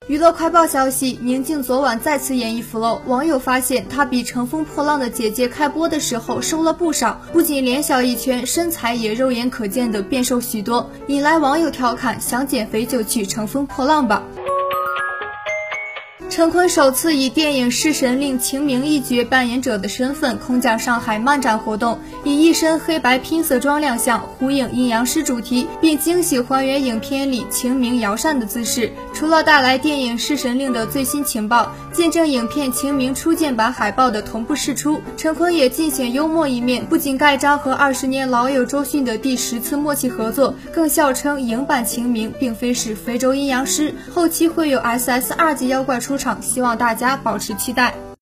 娱乐快报消息，宁静昨晚再次演绎 flow， 网友发现她比乘风破浪的姐姐开播的时候瘦了不少，不仅脸小一圈，身材也肉眼可见的变瘦许多，引来网友调侃：想减肥就去乘风破浪吧。陈坤首次以电影《侍神令》秦明一角扮演者的身份空降上海漫展活动，以一身黑白拼色装亮相，呼应阴阳师主题，并惊喜还原影片里秦明摇扇的姿势。除了带来电影《侍神令》的最新情报，见证影片秦明初见版海报的同步释出，陈坤也尽显幽默一面，不仅盖章和20年老友周迅的第10次默契合作，更笑称影版秦明并非是非洲阴阳师，后期会有 SS2 级妖怪出场，希望大家保持期待。